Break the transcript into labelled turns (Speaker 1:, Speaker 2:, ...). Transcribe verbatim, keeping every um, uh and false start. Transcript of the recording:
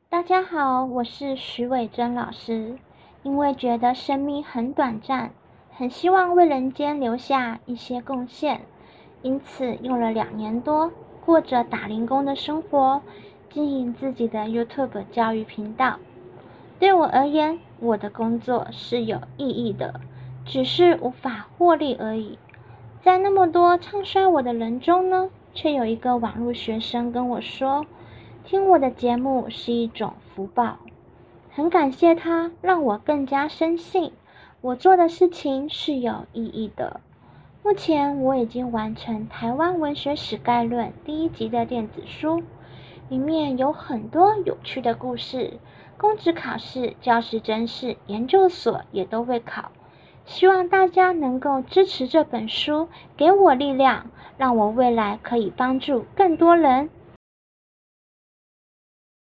Speaker 1: 大家好，我是徐伟珍老师。因为觉得生命很短暂，很希望为人间留下一些贡献，因此用了两年多，过着打零工的生活，经营自己的 YouTube 教育频道。对我而言，我的工作是有意义的，只是无法获利而已。在那么多唱衰我的人中呢，却有一个网络学生跟我说，听我的节目是一种福报。很感谢他，让我更加深信我做的事情是有意义的。目前我已经完成《台湾文学史概论》第一集的电子书，里面有很多有趣的故事，公职考试、教师甄试、研究所也都会考。希望大家能够支持这本书，给我力量，让我未来可以帮助更多人。